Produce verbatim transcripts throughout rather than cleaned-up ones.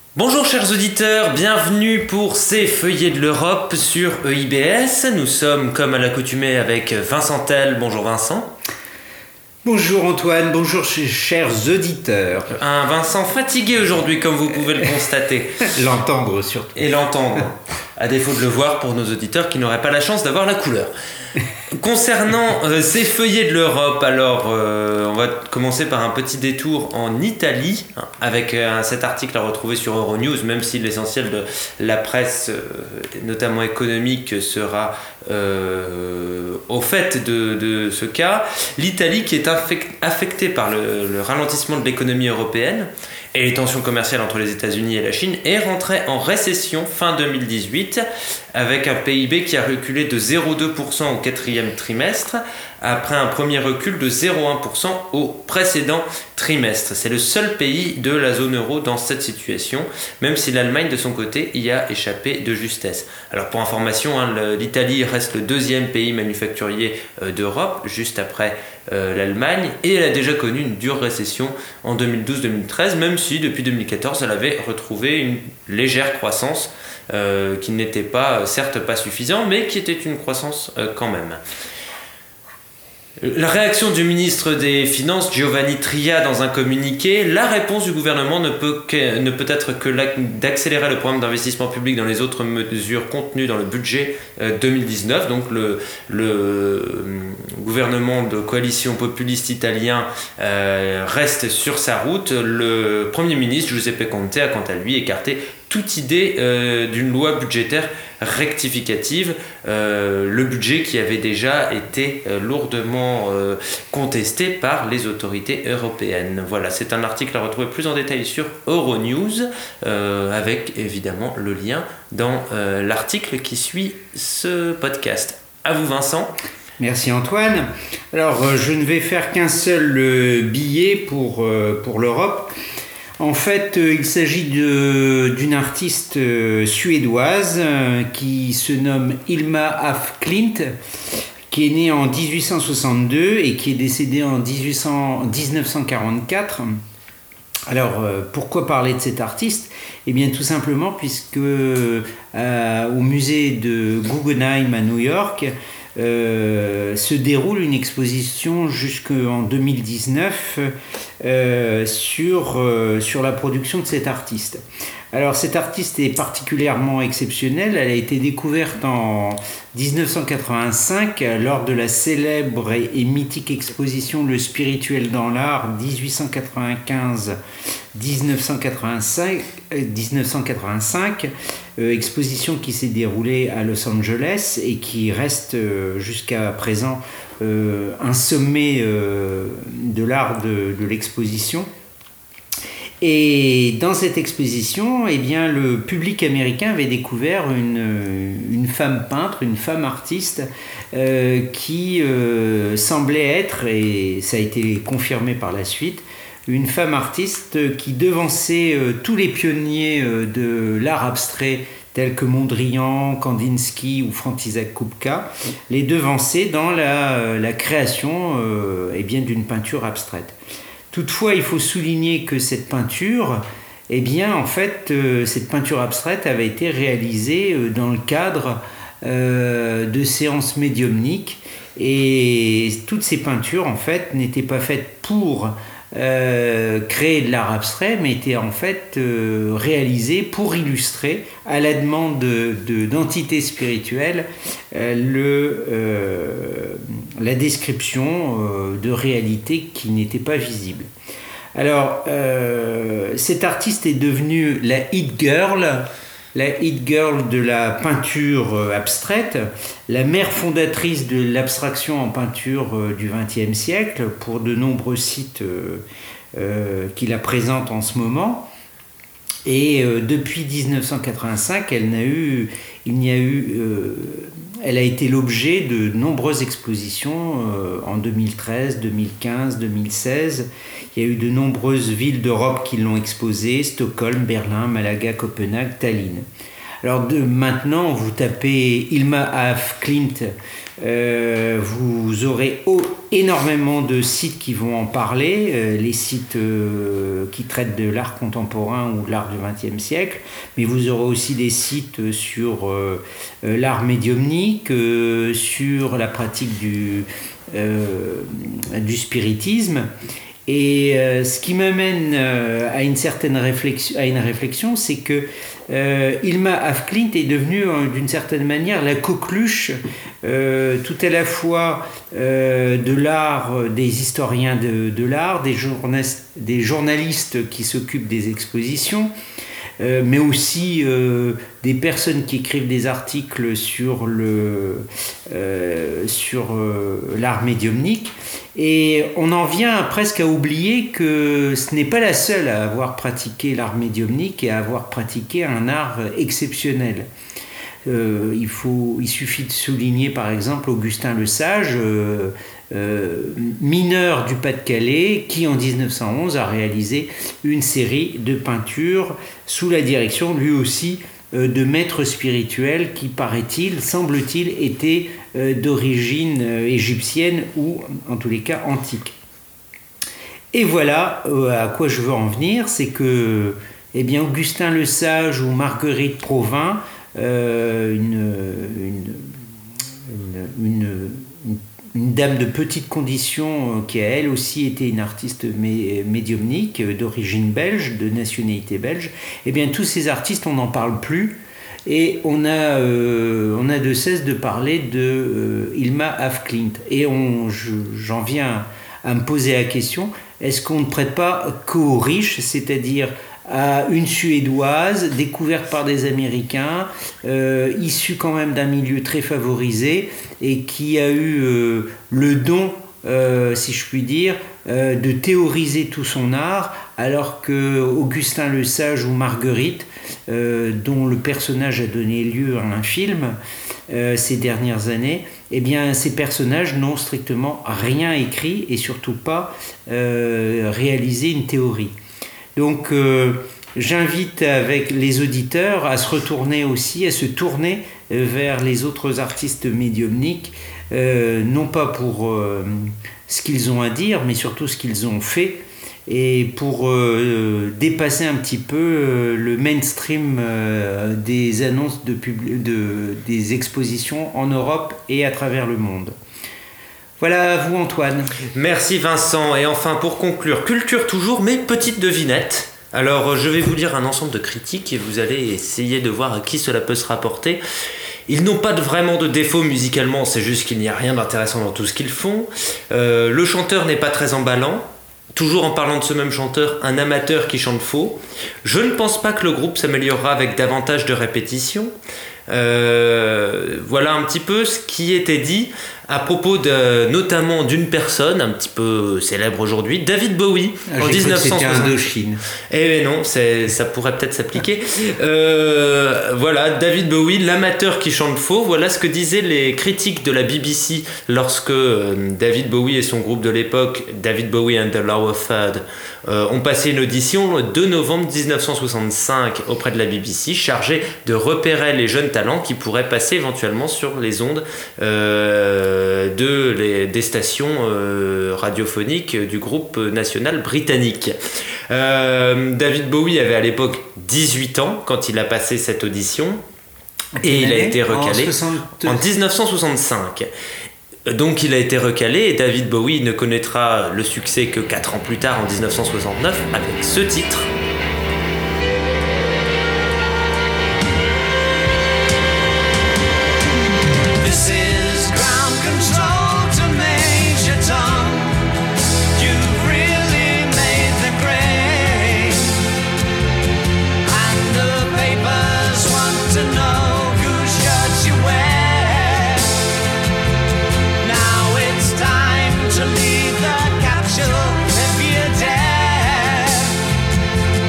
Bonjour chers auditeurs, bienvenue pour ces feuillets de l'Europe sur E I B S. Nous sommes comme à l'accoutumée avec Vincent Tell. Bonjour Vincent. Bonjour Antoine, bonjour chers auditeurs. Un Vincent fatigué aujourd'hui comme vous pouvez le constater. L'entendre surtout. Et l'entendre, à défaut de le voir pour nos auditeurs qui n'auraient pas la chance d'avoir la couleur. Concernant euh, ces feuillets de l'Europe, alors euh, on va commencer par un petit détour en Italie, hein, avec euh, cet article à retrouver sur Euronews, même si l'essentiel de la presse, euh, notamment économique, sera euh, au fait de, de ce cas. L'Italie qui est affect- affectée par le, le ralentissement de l'économie européenne et les tensions commerciales entre les États-Unis et la Chine est rentrée en récession fin deux mille dix-huit avec un P I B qui a reculé de zéro virgule deux pour cent au quatrième trimestre après un premier recul de zéro virgule un pour cent au précédent trimestre. C'est le seul pays de la zone euro dans cette situation, même si l'Allemagne de son côté y a échappé de justesse. Alors pour information, hein, l'Italie reste le deuxième pays manufacturier euh, d'Europe, juste après euh, l'Allemagne, et elle a déjà connu une dure récession en deux mille douze deux mille treize, même si depuis deux mille quatorze elle avait retrouvé une légère croissance euh, qui n'était pas, certes pas suffisante, mais qui était une croissance euh, quand même. La réaction du ministre des Finances, Giovanni Tria, dans un communiqué: la réponse du gouvernement ne peut, que, ne peut être que d'accélérer le programme d'investissement public dans les autres mesures contenues dans le budget deux mille dix-neuf. Donc le, le gouvernement de coalition populiste italien euh, reste sur sa route. Le Premier ministre, Giuseppe Conte, a quant à lui écarté toute idée euh, d'une loi budgétaire rectificative, euh, le budget qui avait déjà été euh, lourdement euh, contesté par les autorités européennes. Voilà, c'est un article à retrouver plus en détail sur Euronews, euh, avec évidemment le lien dans euh, l'article qui suit ce podcast. À vous Vincent. Merci Antoine. Alors euh, je ne vais faire qu'un seul euh, billet pour, euh, pour l'Europe. En fait, euh, il s'agit de, d'une artiste euh, suédoise euh, qui se nomme Hilma af Klint, qui est née en dix-huit cent soixante-deux et qui est décédée en dix-neuf cent quarante-quatre. Alors, euh, pourquoi parler de cette artiste ? Eh bien, tout simplement puisque euh, au musée de Guggenheim à New York, Euh, se déroule une exposition jusqu'en deux mille dix-neuf euh, sur, euh, sur la production de cet artiste. Alors cet artiste est particulièrement exceptionnel. Elle a été découverte en dix-neuf cent quatre-vingt-cinq lors de la célèbre et, et mythique exposition Le Spirituel dans l'Art dix-huit cent quatre-vingt-quinze dix-neuf cent quatre-vingt-cinq, dix-neuf cent quatre-vingt-cinq, euh, exposition qui s'est déroulée à Los Angeles et qui reste euh, jusqu'à présent euh, un sommet euh, de l'art de, de l'exposition. Et dans cette exposition, eh bien, le public américain avait découvert une, une femme peintre, une femme artiste euh, qui euh, semblait être, et ça a été confirmé par la suite, une femme artiste qui devançait euh, tous les pionniers euh, de l'art abstrait tels que Mondrian, Kandinsky ou František Kupka, les devançait dans la, la création euh, eh bien, d'une peinture abstraite. Toutefois, il faut souligner que cette peinture, eh bien, en fait, euh, cette peinture abstraite avait été réalisée euh, dans le cadre euh, de séances médiumniques, et toutes ces peintures, en fait, n'étaient pas faites pour euh, créer de l'art abstrait, mais étaient en fait euh, réalisées pour illustrer, à la demande de, de, d'entités spirituelles, euh, le, euh, la description euh, de réalités qui n'étaient pas visibles. Alors, euh, cette artiste est devenue la hit girl, la hit girl de la peinture abstraite, la mère fondatrice de l'abstraction en peinture du vingtième siècle pour de nombreux sites euh, euh, qui la présentent en ce moment. Et euh, depuis dix-neuf cent quatre-vingt-cinq, elle n'a eu, il n'y a eu, euh, elle a été l'objet de nombreuses expositions euh, en deux mille treize, deux mille quinze, deux mille seize. Il y a eu de nombreuses villes d'Europe qui l'ont exposée: Stockholm, Berlin, Malaga, Copenhague, Tallinn. Alors de maintenant, vous tapez Hilma af Klint, euh, vous aurez oh, énormément de sites qui vont en parler, euh, les sites euh, qui traitent de l'art contemporain ou de l'art du vingtième siècle, mais vous aurez aussi des sites sur euh, l'art médiumnique, euh, sur la pratique du, euh, du spiritisme. Et euh, ce qui m'amène euh, à une certaine réflexion, à une réflexion, c'est que euh, Hilma af Klint est devenue euh, d'une certaine manière la coqueluche euh, tout à la fois euh, de l'art, des historiens de, de l'art, des, des journalistes qui s'occupent des expositions, euh, mais aussi euh, des personnes qui écrivent des articles sur, le, euh, sur euh, l'art médiumnique. Et on en vient presque à oublier que ce n'est pas la seule à avoir pratiqué l'art médiumnique et à avoir pratiqué un art exceptionnel. Euh, il, faut, il suffit de souligner par exemple Augustin Le Sage, euh, euh, mineur du Pas-de-Calais, qui en dix-neuf cent onze a réalisé une série de peintures sous la direction lui aussi euh, de maîtres spirituels qui, paraît-il, semble-t-il, étaient euh, d'origine euh, égyptienne ou en tous les cas antique. Et voilà euh, à quoi je veux en venir, c'est que eh bien, Augustin Le Sage ou Marguerite Provin, Euh, une, une, une, une, une dame de petite condition qui a elle aussi été une artiste mé, médiumnique d'origine belge, de nationalité belge, et bien tous ces artistes on n'en parle plus et on a, euh, on a de cesse de parler de euh, Hilma af Klint et on, je, j'en viens à me poser la question, est-ce qu'on ne prête pas qu'aux riches, c'est-à-dire à une Suédoise, découverte par des Américains, euh, issue quand même d'un milieu très favorisé et qui a eu euh, le don, euh, si je puis dire, euh, de théoriser tout son art, alors que Augustin Le Sage ou Marguerite, euh, dont le personnage a donné lieu à un film euh, ces dernières années, eh bien, ces personnages n'ont strictement rien écrit et surtout pas euh, réalisé une théorie. Donc, euh, j'invite avec les auditeurs à se retourner aussi, à se tourner vers les autres artistes médiumniques, euh, non pas pour euh, ce qu'ils ont à dire, mais surtout ce qu'ils ont fait, et pour euh, dépasser un petit peu euh, le mainstream euh, des annonces de, pub- de, des expositions en Europe et à travers le monde. Voilà, à vous Antoine. Merci Vincent. Et enfin pour conclure, culture toujours, mais petite devinette. Alors je vais vous lire un ensemble de critiques et vous allez essayer de voir à qui cela peut se rapporter. Ils n'ont pas de, vraiment de défaut musicalement, c'est juste qu'il n'y a rien d'intéressant dans tout ce qu'ils font. Euh, le chanteur n'est pas très emballant. Toujours en parlant de ce même chanteur, un amateur qui chante faux. Je ne pense pas que le groupe s'améliorera avec davantage de répétitions. Euh, voilà un petit peu ce qui était dit à propos de, notamment d'une personne un petit peu célèbre aujourd'hui, David Bowie, ah, en dix-neuf cent soixante. C'était Indochine. Eh non, c'est, ça pourrait peut-être s'appliquer. Euh, voilà, David Bowie, l'amateur qui chante faux. Voilà ce que disaient les critiques de la B B C lorsque euh, David Bowie et son groupe de l'époque, David Bowie and the Lower Third, euh, ont passé une audition le deux novembre dix-neuf cent soixante-cinq auprès de la B B C, chargée de repérer les jeunes talents qui pourraient passer éventuellement sur les ondes euh, de les, des stations euh, radiophoniques du groupe national britannique. Euh, David Bowie avait à l'époque dix-huit ans quand il a passé cette audition et il a été recalé en, en dix-neuf cent soixante-cinq. Donc il a été recalé et David Bowie ne connaîtra le succès que quatre ans plus tard en dix-neuf cent soixante-neuf avec ce titre. If you dare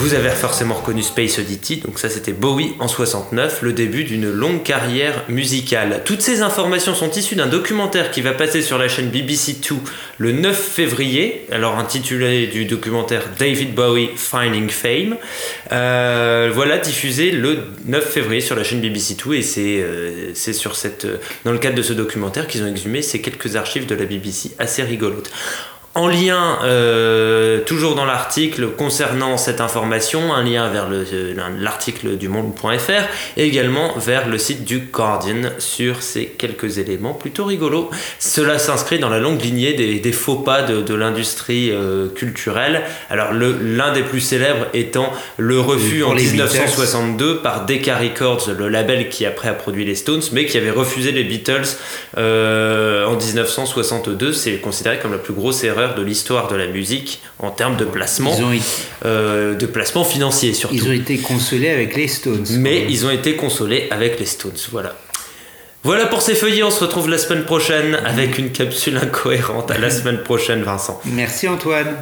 Vous avez forcément reconnu Space Oddity, donc ça c'était Bowie en soixante-neuf, le début d'une longue carrière musicale. Toutes ces informations sont issues d'un documentaire qui va passer sur la chaîne B B C deux le neuf février, alors intitulé du documentaire David Bowie Finding Fame. Euh, voilà, diffusé le neuf février sur la chaîne B B C deux, et c'est, euh, c'est sur cette, dans le cadre de ce documentaire qu'ils ont exhumé ces quelques archives de la B B C assez rigolotes. En lien, euh, toujours dans l'article concernant cette information, un lien vers le, l'article du monde point f r et également vers le site du Guardian sur ces quelques éléments plutôt rigolos. Cela s'inscrit dans la longue lignée des, des faux pas de, de l'industrie euh, culturelle. Alors le, l'un des plus célèbres étant le refus en dix-neuf cent soixante-deux par Decca Records, le label qui après a produit les Stones, mais qui avait refusé les Beatles euh, en dix-neuf cent soixante-deux. C'est considéré comme la plus grosse erreur de l'histoire de la musique en termes de placement, ils ont été... euh, de placement financier surtout. Ils ont été consolés avec les Stones. Mais ils ont été consolés avec les Stones, voilà. Voilà pour ces feuillets, on se retrouve la semaine prochaine avec une capsule incohérente. À la semaine prochaine, Vincent. Merci Antoine.